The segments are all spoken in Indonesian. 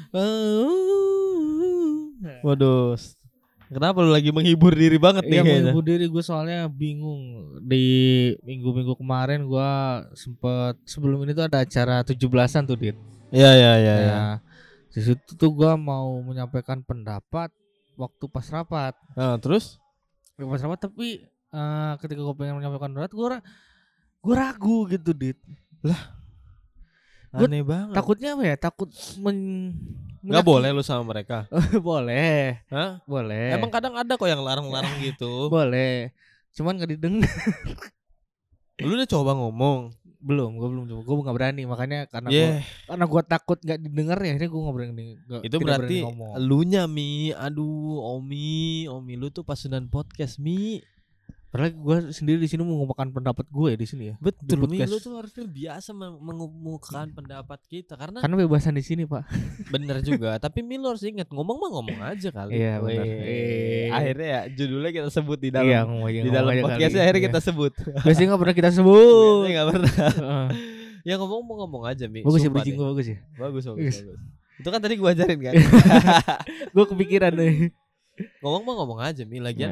Waduh. Kenapa lu lagi menghibur diri banget nih Iya kayaknya? menghibur diri gue soalnya bingung. Di minggu-minggu kemarin gue sempet sebelum ini tuh ada acara 17-an tuh Dit. Iya. Nah di situ tuh gue mau menyampaikan pendapat waktu pas rapat. Nah, terus? Pas rapat tapi ketika gue pengen menyampaikan pendapat gue ragu gitu Dit. Gua Aneh banget. Takutnya apa ya? Takut Nggak boleh lu sama mereka? Boleh. Hah? Boleh. Emang kadang ada kok yang larang-larang gitu. Boleh. Cuman gak didengar. Lu udah coba ngomong? Gue belum coba. Gue gak berani. Makanya Yeah. karena gue takut gak didengar ya. Ini gue gak berani. Itu berarti elunya Mi. Aduh Omi lu tuh pasunan podcast Mi. Padahal gue sendiri di sini mau mengungkapkan pendapat gue ya di sini ya. Betul Mi, lu tuh harusnya biasa mengemukakan pendapat kita karena bebasan di sini Pak. bener juga. Tapi Mi lu harus ingat ngomong aja kali. Iya benar. Akhirnya ya judulnya kita sebut di dalam podcastnya akhirnya kita sebut. Biasanya gak pernah kita sebut. Biasanya gak pernah. Ya ngomong aja Mi. Bagus ya bridging gue bagus ya. Bagus. Itu kan tadi gue ajarin kan. Gue kepikiran nih. Ngomong aja Mi lagian.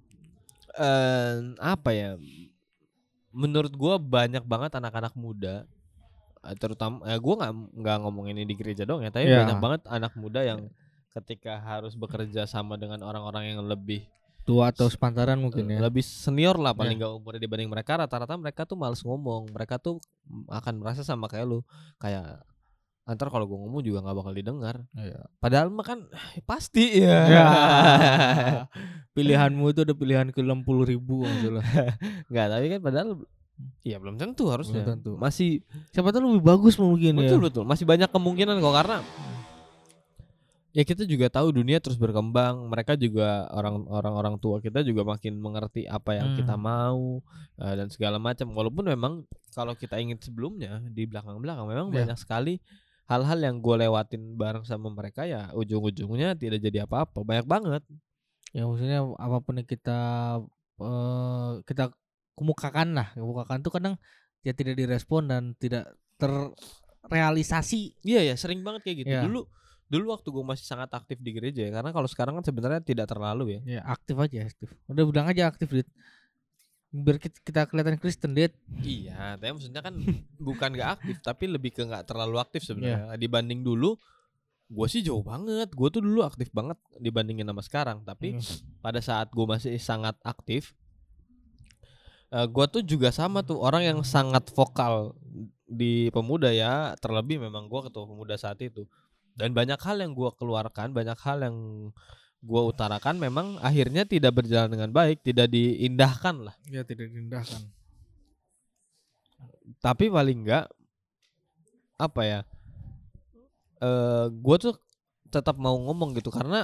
Apa ya? Menurut gue banyak banget anak-anak muda, terutama gue nggak ngomongin ini di gereja dong ya, tapi banyak banget anak muda yang ketika harus bekerja sama dengan orang-orang yang lebih tua atau sepantaran mungkin ya, lebih senior lah paling nggak umurnya dibanding mereka, rata-rata mereka tuh malas ngomong, mereka tuh akan merasa sama kayak lu, kayak antar kalau gue ngomong juga nggak bakal didengar. Padahal mah kan pasti ya. Pilihanmu itu ada pilihan ke 60.000 masalah. Nggak, tapi kan padahal ya belum tentu harusnya. Belum tentu. Masih siapa tahu lebih bagus mungkin ya. Betul. Masih banyak kemungkinan kok karena ya kita juga tahu dunia terus berkembang. Mereka juga orang tua kita juga makin mengerti apa yang kita mau dan segala macam. Walaupun memang kalau kita ingat sebelumnya di belakang-belakang memang banyak sekali hal-hal yang gue lewatin bareng sama mereka ya ujung-ujungnya tidak jadi apa-apa. Banyak banget. Ya maksudnya apapun yang kita kemukakan tuh kadang ya tidak direspon dan tidak terrealisasi. Iya ya, sering banget kayak gitu. Dulu waktu gue masih sangat aktif di gereja ya, karena kalau sekarang kan sebenarnya tidak terlalu ya. Ya aktif. Udah bilang aja aktif Dit. Biar kita kelihatan Kristen Dit. Iya, tapi maksudnya kan bukan gak aktif, tapi lebih ke gak terlalu aktif sebenarnya. Dibanding dulu, gue sih jauh banget. Gue tuh dulu aktif banget dibandingin sama sekarang. Tapi pada saat gue masih sangat aktif, gue tuh juga sama tuh orang yang sangat vokal di pemuda ya. Terlebih memang gue ketua pemuda saat itu. Dan banyak hal yang gue keluarkan, banyak hal yang gue utarakan memang akhirnya tidak berjalan dengan baik, tidak diindahkan lah. Ya tidak diindahkan. Tapi paling enggak apa ya? Gue tuh tetap mau ngomong gitu karena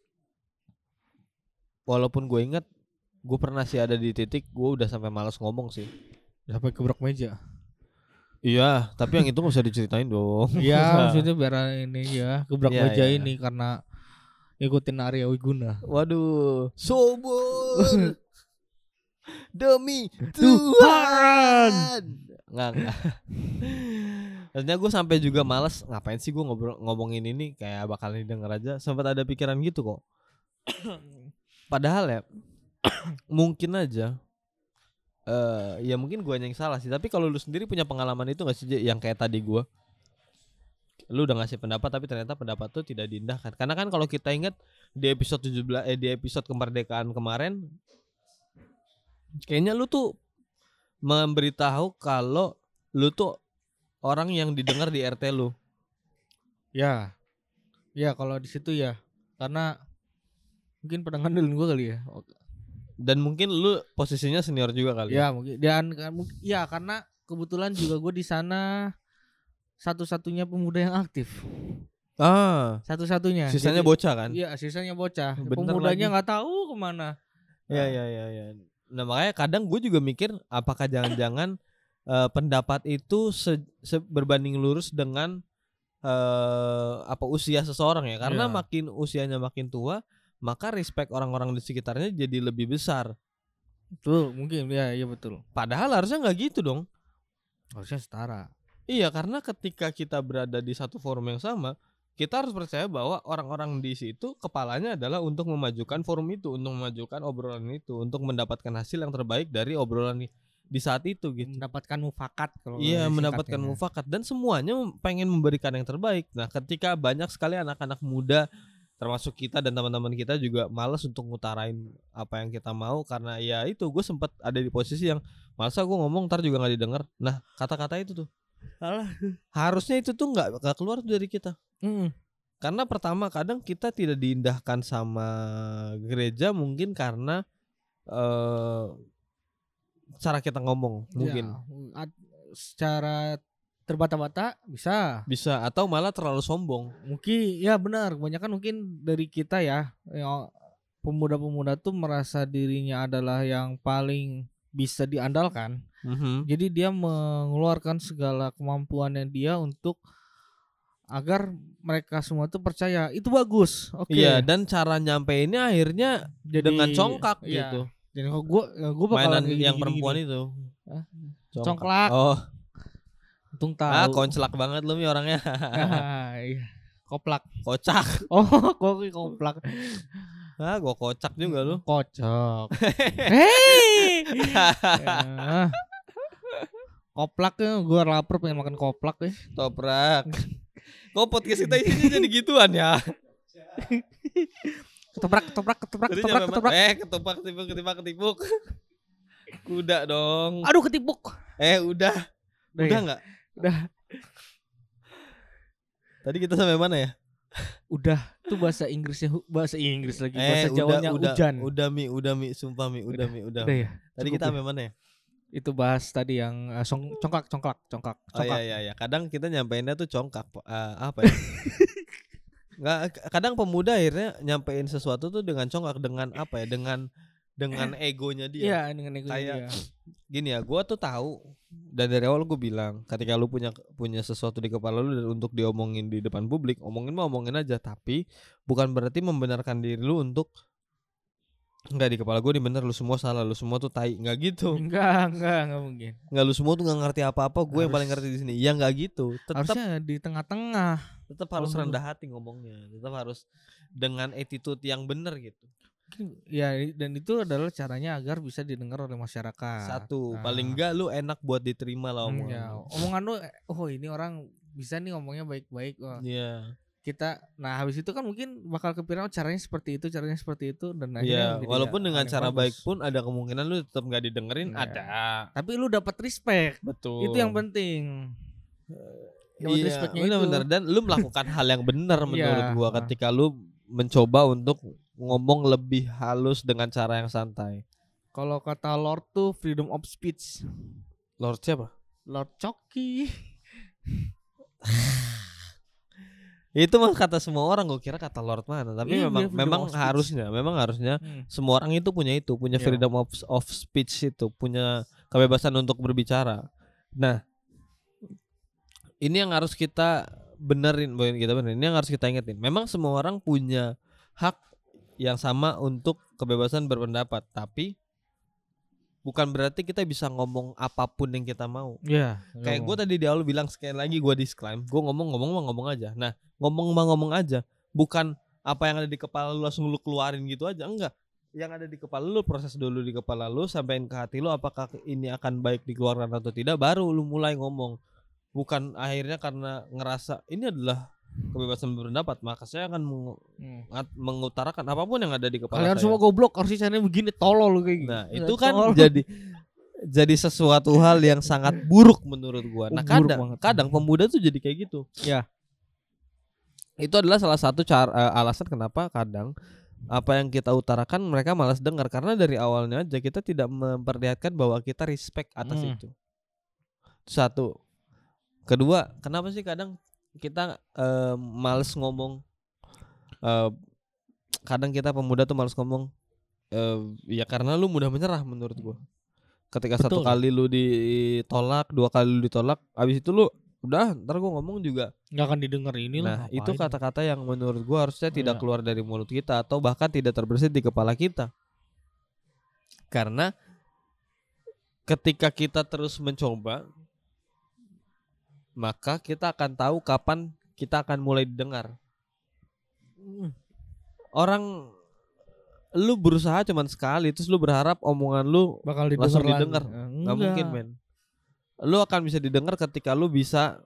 walaupun gue ingat gue pernah sih ada di titik gue udah sampai malas ngomong sih. Sampai gebrak meja. Iya, tapi yang itu gak usah diceritain dong. Iya, maksudnya biar ini ya gebrak meja ini karena ikutin Arya Wiguna. Waduh, sobor demi Tuhan. Enggak. Maksudnya gue sampai juga malas, ngapain sih gue ngomongin ini, kayak bakal didengar aja. Sempat ada pikiran gitu kok. Padahal ya mungkin aja ya mungkin gue yang salah sih. Tapi kalau lu sendiri punya pengalaman itu gak sih yang kayak tadi gue, lu udah ngasih pendapat tapi ternyata pendapat tuh tidak diindahkan. Karena kan kalau kita ingat di episode 17 di episode kemerdekaan kemarin, kayaknya lu tuh memberitahu kalau lu tuh orang yang didengar di RT lu. Ya kalau di situ ya, karena mungkin pernah ngandelin gue kali ya. Dan mungkin lu posisinya senior juga kali. Ya mungkin. Dan ya karena kebetulan juga gue di sana satu-satunya pemuda yang aktif. Satu-satunya. Sisanya bocah kan? Iya, sisanya bocah. Pemudanya nggak tahu kemana. Ya. Nah makanya kadang gue juga mikir apakah jangan-jangan pendapat itu berbanding lurus dengan usia seseorang ya. Karena makin usianya makin tua, maka respect orang-orang di sekitarnya jadi lebih besar. Betul, mungkin ya betul. Padahal harusnya nggak gitu dong. Harusnya setara. Iya, karena ketika kita berada di satu forum yang sama, kita harus percaya bahwa orang-orang di situ kepalanya adalah untuk memajukan forum itu, untuk memajukan obrolan itu, untuk mendapatkan hasil yang terbaik dari obrolan di saat itu gitu. Mendapatkan mufakat kalau Iya, mendapatkan singkatnya. mufakat dan semuanya pengen memberikan yang terbaik. Nah, ketika banyak sekali anak-anak muda termasuk kita dan teman-teman kita juga malas untuk ngutarain apa yang kita mau karena ya itu gue sempat ada di posisi yang masa gue ngomong ntar juga nggak didengar. Nah, kata-kata itu tuh harusnya itu tuh nggak keluar dari kita. Karena pertama kadang kita tidak diindahkan sama gereja mungkin karena cara kita ngomong mungkin ya, secara terbata-bata bisa atau malah terlalu sombong mungkin ya benar kebanyakan mungkin dari kita ya yang pemuda-pemuda tuh merasa dirinya adalah yang paling bisa diandalkan. Jadi dia mengeluarkan segala kemampuannya dia untuk agar mereka semua tuh percaya itu bagus. Oke. Iya, dan cara nyampeinnya akhirnya dengan congkak gitu. Jadi gue bakalan mainan yang perempuan itu. Congklak. Oh. Untung tahu. Konclak banget lu nih orangnya. Iya. Koplak. Kocak. Oh, kok koplak. Gua kocak juga lu. Kocok. Hei. Ya. Koplak ya, gue lapar pengen makan koplak ya. Toprak. Kok podcast kita isinya jadi gituan ya? Ketoprak. Ketipuk. Kuda dong. Aduh ketipuk. Udah Ya? enggak? Udah. Tadi kita sampai mana ya? Udah. Itu bahasa Inggris lagi. Bahasa Jawanya hujan. Udah mi, sumpah mi, udah. Ya? Tadi kita sampai mana ya? Itu bahas tadi yang congklak. Oh iya. Kadang kita nyampeinnya tuh congkak. Apa ya? Nggak, kadang pemuda akhirnya nyampein sesuatu tuh dengan congkak, dengan apa ya? Dengan egonya dia. Iya, dengan egonya kayak dia. Gini ya, gue tuh tahu dan dari awal gue bilang, ketika lu punya sesuatu di kepala lu dan untuk diomongin di depan publik, omongin aja, tapi bukan berarti membenarkan diri lu untuk enggak di kepala gue nih bener, lu semua salah, lu semua tuh tai, enggak gitu. Enggak mungkin. Enggak, lu semua tuh enggak ngerti apa-apa, gue yang paling ngerti di sini. Ya enggak gitu. Harusnya di tengah-tengah. Tetap harus rendah hati ngomongnya. Tetap harus dengan attitude yang bener gitu. Ya, dan itu adalah caranya agar bisa didengar oleh masyarakat. Satu, paling enggak lu enak buat diterima lah omongan. Ya, omongan lu, oh ini orang bisa nih ngomongnya baik-baik. Iya. Nah habis itu kan mungkin bakal kepikiran caranya seperti itu dan akhirnya walaupun dengan cara bagus. Baik pun ada kemungkinan lu tetap nggak didengerin, ada. Tapi lu dapat respect. Betul. Itu yang penting. Dapat respectnya itu. Benar, dan lu melakukan hal yang benar menurut gua ketika lu mencoba untuk ngomong lebih halus dengan cara yang santai. Kalau kata Lord tuh freedom of speech. Lord siapa? Lord Coki. Itu mah kata semua orang, gue kira kata Lord mana. Tapi memang harusnya semua orang itu punya freedom of speech itu, punya kebebasan untuk berbicara. Nah, ini yang harus kita benerin. Ini yang harus kita ingetin. Memang semua orang punya hak yang sama untuk kebebasan berpendapat, tapi bukan berarti kita bisa ngomong apapun yang kita mau. Kayak gue tadi di awal bilang, sekali lagi gue disclaim, gue ngomong aja. Nah, ngomong aja, bukan apa yang ada di kepala lu langsung lu keluarin gitu aja, enggak. Yang ada di kepala lu, proses dulu di kepala lu, sampein ke hati lu apakah ini akan baik dikeluarkan atau tidak, baru lu mulai ngomong. Bukan akhirnya karena ngerasa ini adalah kebebasan berpendapat, maka saya akan mengutarakan apapun yang ada di kepala kalian saya. Semua goblok, harus caranya begini, tolol kayak gitu. Nah, itu kan jadi sesuatu hal yang sangat buruk menurut gua. Nah, kadang pemuda tuh jadi kayak gitu. Ya. Itu adalah salah satu alasan kenapa kadang apa yang kita utarakan mereka malas dengar, karena dari awalnya aja kita tidak memperlihatkan bahwa kita respect atas itu. Satu. Kedua, kenapa sih kadang kita males ngomong? Kadang kita pemuda tuh males ngomong. Ya karena lu mudah menyerah menurut gua. Ketika satu kali lu ditolak, dua kali lu ditolak, abis itu lu udah ntar gua ngomong juga nggak akan didengar ini lah. Nah itu kata-kata yang menurut gua harusnya tidak keluar dari mulut kita, atau bahkan tidak terbersit di kepala kita. Karena ketika kita terus mencoba, maka kita akan tahu kapan kita akan mulai didengar. Orang lu berusaha cuman sekali terus lu berharap omongan lu bakal langsung didengar. Nggak mungkin, men. Lu akan bisa didengar ketika lu bisa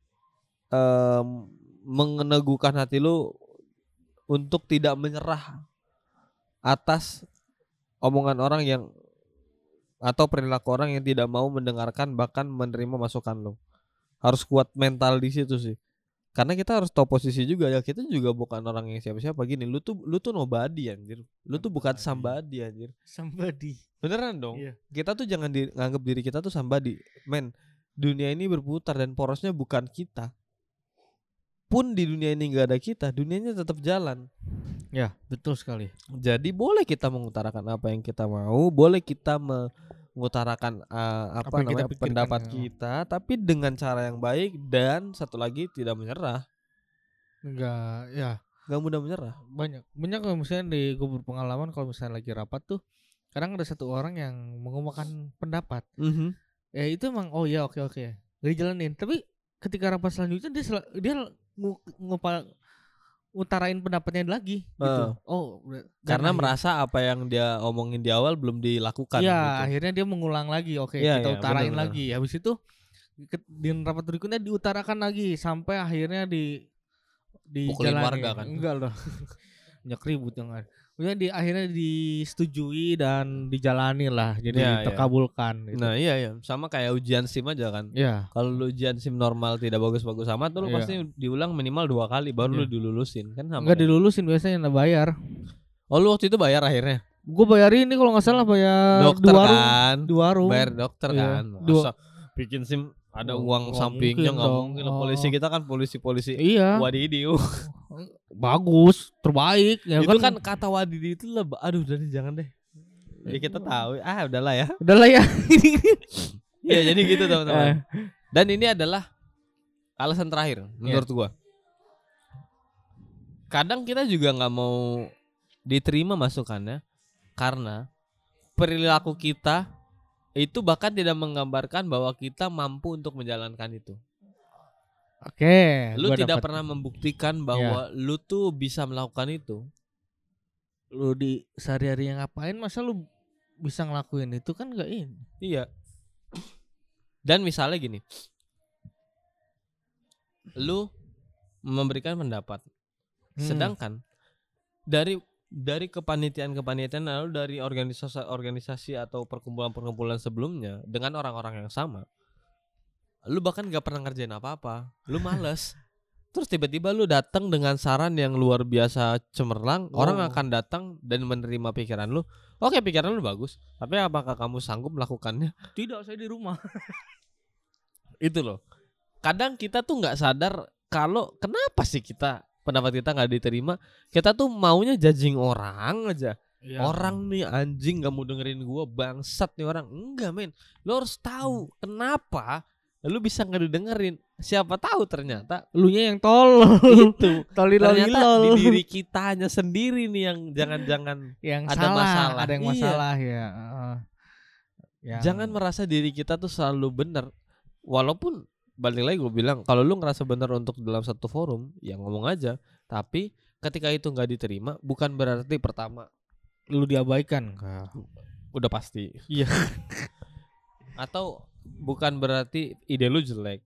meneguhkan hati lu untuk tidak menyerah atas omongan orang yang atau perilaku orang yang tidak mau mendengarkan bahkan menerima masukan lu. Harus kuat mental di situ sih. Karena kita harus tahu posisi juga ya, kita juga bukan orang yang siapa-siapa gini. Lu tuh nobody anjir. Lu tuh bukan somebody anjir. Somebody. Beneran dong. Iya. Kita tuh jangan nganggap diri kita tuh somebody. Men, dunia ini berputar dan porosnya bukan kita. Pun di dunia ini enggak ada kita, dunianya tetap jalan. Ya, betul sekali. Jadi boleh kita mengutarakan apa yang kita mau, boleh kita mengutarakan namanya pendapat kita, tapi dengan cara yang baik dan satu lagi tidak menyerah. Enggak mudah menyerah. Banyak kalau misalnya gue berpengalaman kalau misalnya lagi rapat tuh kadang ada satu orang yang mengumumkan pendapat. Itu emang oke gak dijalanin, tapi ketika rapat selanjutnya dia ngutarain pendapatnya lagi gitu. Karena merasa apa yang dia omongin di awal belum dilakukan. Iya, gitu. Akhirnya dia mengulang lagi. Kita utarain bener. Lagi. Habis itu di rapat berikutnya diutarakan lagi sampai akhirnya pukulin warga kan. Enggak loh. Banyak ribut yang ada. Kemudian akhirnya disetujui dan dijalani lah. Jadi terkabulkan gitu. Nah iya sama kayak ujian SIM aja kan. Kalau lu ujian SIM normal tidak bagus-bagus amat tuh lu pasti diulang minimal 2 kali baru lu dilulusin kan. Enggak dilulusin biasanya bayar. Oh lu waktu itu bayar akhirnya? Gue bayarin ini kalau gak salah bayar dokter kan. 2 warung. Bayar dokter kan. Masa bikin SIM ada uang sampingnya nggak mungkin. Polisi kita kan polisi wadidiu. Bagus, terbaik ya itu kan kata wadidiu itu aduh dari jangan deh. Ya kita tahu. Udahlah ya. Ya jadi gitu teman-teman. Dan ini adalah alasan terakhir menurut gua. Kadang kita juga nggak mau diterima masukannya karena perilaku kita itu bahkan tidak menggambarkan bahwa kita mampu untuk menjalankan itu. Lu tidak pernah membuktikan bahwa lu tuh bisa melakukan itu. Lu di sehari-hari yang ngapain masa lu bisa ngelakuin itu kan enggak ini. Iya. Dan misalnya gini. Lu memberikan pendapat. Sedangkan dari kepanitiaan lalu dari organisasi atau perkumpulan sebelumnya dengan orang-orang yang sama, lu bahkan gak pernah ngerjain apa-apa, lu males. Terus tiba-tiba lu datang dengan saran yang luar biasa cemerlang, orang akan datang dan menerima pikiran lu. Oke, pikiran lu bagus, tapi apakah kamu sanggup melakukannya? Tidak, saya di rumah. Itu loh. Kadang kita tuh nggak sadar kalau kenapa sih pendapat kita nggak diterima. Kita tuh maunya judging orang aja. Orang nih anjing gak mau dengerin gua, bangsat nih orang. Enggak men, lu harus tahu kenapa lu bisa gak didengerin. Siapa tahu ternyata elunya yang tolol. Itu ternyata di diri kitanya sendiri nih yang jangan-jangan yang ada masalah. Ada yang masalah ya. Jangan merasa diri kita tuh selalu benar. Walaupun balik lagi gue bilang, kalau lu ngerasa benar untuk dalam satu forum, ya ngomong aja. Tapi ketika itu nggak diterima, bukan berarti pertama lu diabaikan. Udah pasti. Iya. Atau bukan berarti ide lu jelek.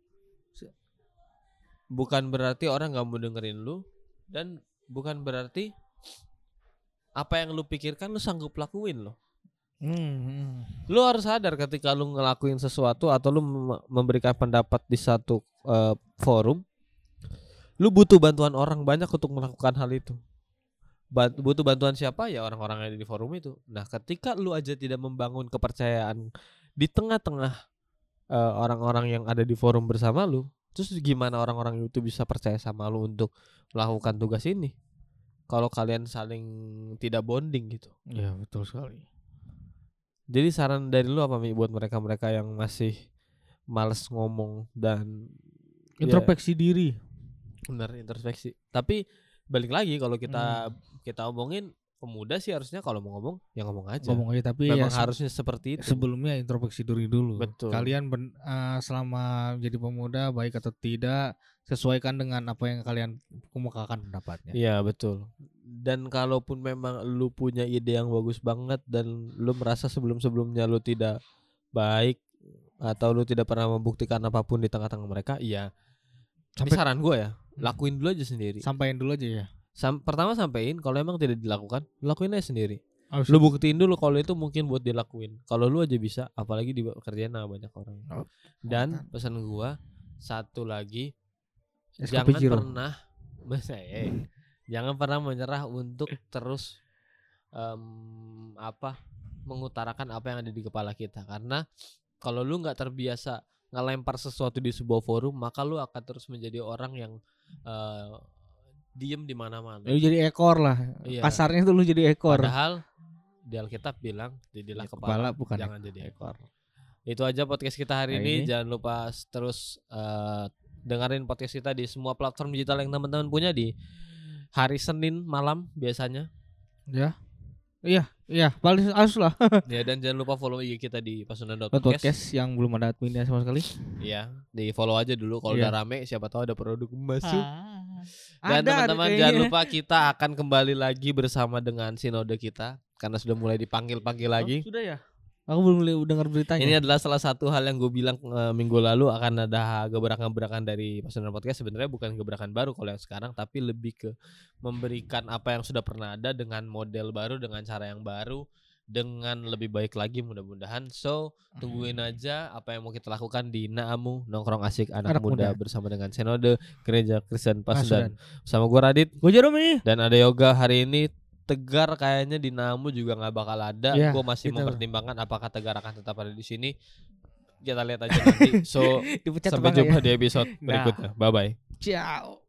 Bukan berarti orang nggak mau dengerin lu, dan bukan berarti apa yang lu pikirkan lu sanggup lakuin loh. Lu harus sadar ketika lu ngelakuin sesuatu atau lu memberikan pendapat di satu forum, lu butuh bantuan orang banyak untuk melakukan hal itu. Butuh bantuan siapa? Ya orang-orang yang ada di forum itu. Nah, ketika lu aja tidak membangun kepercayaan di tengah-tengah orang-orang yang ada di forum bersama lu, terus gimana orang-orang itu bisa percaya sama lu untuk melakukan tugas ini? Kalau kalian saling tidak bonding gitu. Ya, betul sekali. Jadi saran dari lu apa Mi buat mereka-mereka yang masih males ngomong dan introspeksi diri. Benar, introspeksi. Tapi balik lagi kalau kita omongin pemuda sih harusnya kalau mau ngomong ya ngomong aja. Ngomong aja, tapi memang ya harusnya seperti itu. Sebelumnya introspeksi diri dulu. Betul. Kalian selama jadi pemuda baik atau tidak, sesuaikan dengan apa yang kalian kemukakan pendapatnya. Iya betul. Dan kalaupun memang lu punya ide yang bagus banget dan lu merasa sebelum-sebelumnya lu tidak baik atau lu tidak pernah membuktikan apapun di tengah-tengah mereka, iya. Tapi saran gue ya, lakuin dulu aja sendiri. Sampaiin dulu aja ya. Pertama sampein, kalau emang tidak dilakukan, lakuin aja sendiri. Lu buktiin dulu kalau itu mungkin buat dilakuin. Kalau lu aja bisa, apalagi di kerjaan sama banyak orang. Dan pesan gua satu lagi, jangan pernah menyerah untuk terus mengutarakan apa yang ada di kepala kita. Karena kalau lu nggak terbiasa ngelempar sesuatu di sebuah forum, maka lu akan terus menjadi orang yang diem di mana-mana. Lu jadi ekor lah. Iya. Kasarnya tuh lu jadi ekor. Padahal di Alkitab bilang jadilah kepala bukan jangan jadi ekor. Itu aja podcast kita hari ini. Jangan lupa terus dengerin podcast kita di semua platform digital yang teman-teman punya di hari Senin malam biasanya. Ya. Iya, paling harus lah. Ya, dan jangan lupa follow IG kita di Podcast yang belum ada adminnya sama sekali. Iya, di follow aja dulu kalau udah rame, siapa tahu ada produk masuk. Dan teman-teman jangan lupa kita akan kembali lagi bersama dengan sinode kita karena sudah mulai dipanggil-panggil lagi. Sudah ya? Aku belum dengar beritanya. Ini adalah salah satu hal yang gue bilang minggu lalu akan ada gebrakan-gebrakan dari Pasundan Podcast. Sebenarnya bukan gebrakan baru kalau yang sekarang, tapi lebih ke memberikan apa yang sudah pernah ada dengan model baru, dengan cara yang baru, dengan lebih baik lagi mudah-mudahan. So tungguin aja apa yang mau kita lakukan di Naamu Nongkrong Asik Anak muda bersama dengan Sinode Gereja Kristen Pasundan. Bersama gue Radit, gue Jerome, dan ada Yoga hari ini. Tegar kayaknya di Namu juga nggak bakal ada. Gue masih mempertimbangkan apakah Tegar akan tetap ada di sini. Kita lihat aja nanti. So sampai jumpa di episode berikutnya. Bye bye. Ciao.